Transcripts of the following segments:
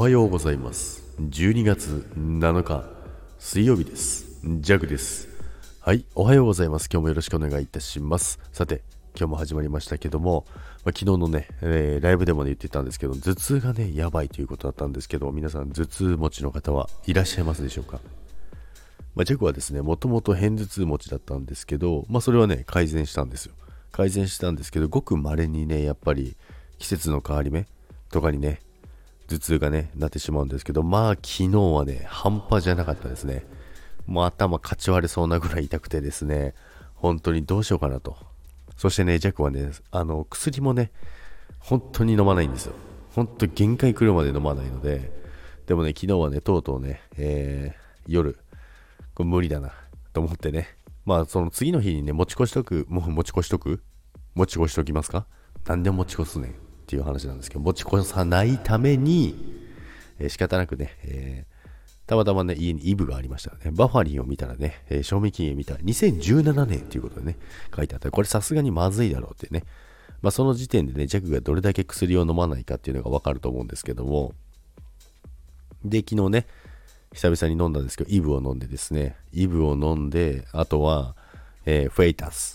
はようございます。12月7日水曜日です。ジャグです。はい、おはようございます。今日もよろしくお願いいたします。さて、今日も始まりましたけども、昨日のね、ライブでも言ってたんですけど、頭痛がねやばいということだったんですけど、皆さん頭痛持ちの方はいらっしゃいますでしょうか。ジャグはですね、もともと片頭痛持ちだったんですけど、それはね改善したんですよ。改善したんですけど、ごく稀にね、やっぱり季節の変わり目とかにね、頭痛がねなってしまうんですけど、昨日はね半端じゃなかったですね。もう頭かち割れそうなぐらい痛くてですね、本当にどうしようかなと。そしてね、ジャックはね、薬もね本当に飲まないんですよ。本当限界来るまで飲まないので。でもね、昨日はねとうとうね、夜これ無理だなと思ってね、その次の日にね持ち越しときますか。なんで持ち越すねんっていう話なんですけど、持ち越さないために、仕方なくね、たまたまね家にイブがありましたね。バファリンを見たらね、賞味期限見たら2017年っていうことでね書いてあった。これさすがにまずいだろうってね。その時点でね、ジャックがどれだけ薬を飲まないかっていうのがわかると思うんですけども、で昨日ね久々に飲んだんですけど、イブを飲んでですね、イブを飲んで、あとは、フェイタス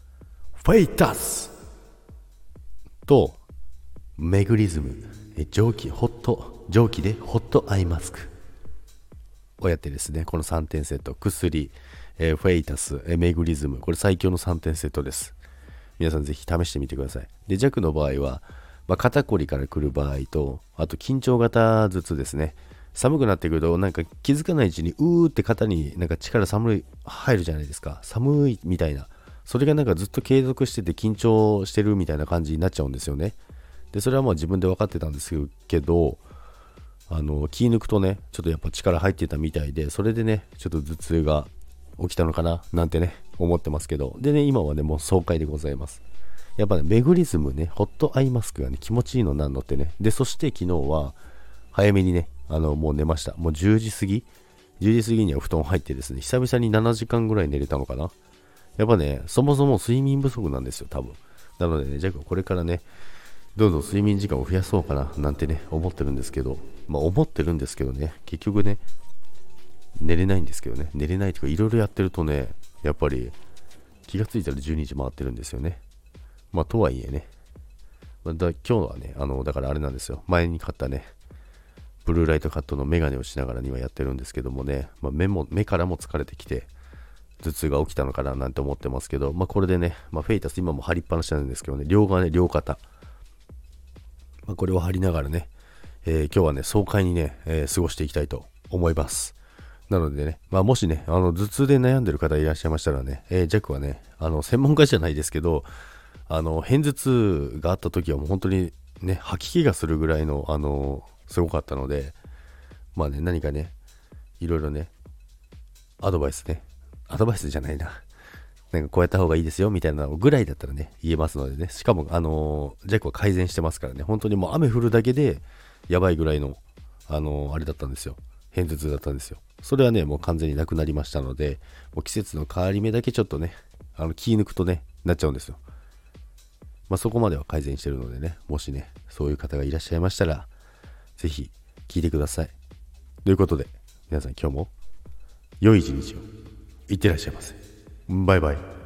とメグリズム、蒸気でホットアイマスクをやってですね、この3点セット、薬、フェイタス、メグリズム、これ最強の3点セットです。皆さんぜひ試してみてください。で、ジャックの場合は、肩こりから来る場合と、あと緊張型頭痛ですね。寒くなってくるとなんか気づかないうちにうーって肩になんか力入るじゃないですか。寒いみたいな、それがなんかずっと継続してて緊張してるみたいな感じになっちゃうんですよね。でそれは自分で分かってたんですけど、気抜くとねちょっとやっぱ力入ってたみたいで、それでねちょっと頭痛が起きたのかななんてね思ってますけど、でね今はねもう爽快でございます。やっぱねメグリズムね、ホットアイマスクがね気持ちいいのなんのってね。でそして昨日は早めにねもう寝ました。もう10時過ぎには布団入ってですね、久々に7時間ぐらい寝れたのかな。やっぱねそもそも睡眠不足なんですよ多分。なのでね、ジャックはこれからねどんどん睡眠時間を増やそうかななんてね思ってるんですけど、ね、結局ね寝れないんですけどね、寝れないとかいろいろやってるとね、やっぱり気がついたら12時回ってるんですよね。とはいえね、今日はねだからあれなんですよ、前に買ったねブルーライトカットのメガネをしながらにはやってるんですけどもね、目からも疲れてきて頭痛が起きたのかななんて思ってますけど、これでね、フェイタス今も貼りっぱなしなんですけどね、両側ね、両肩、これを貼りながらね、今日はね爽快にね、過ごしていきたいと思います。なのでね、もしね頭痛で悩んでる方いらっしゃいましたらね、ジャックはね専門家じゃないですけど、片頭痛があった時はもう本当にね吐き気がするぐらいのすごかったので、何かねいろいろねアドバイスじゃないな、なんかこうやった方がいいですよみたいなのぐらいだったらね言えますのでね。しかもジャックは改善してますからね、本当にもう雨降るだけでやばいぐらいのあれだったんですよ、片頭痛だったんですよ。それはねもう完全になくなりましたので、もう季節の変わり目だけちょっとね気抜くとねなっちゃうんですよ。そこまでは改善してるのでね、もしねそういう方がいらっしゃいましたらぜひ聞いてください。ということで皆さん今日も良い一日をいってらっしゃいませ。バイバイ。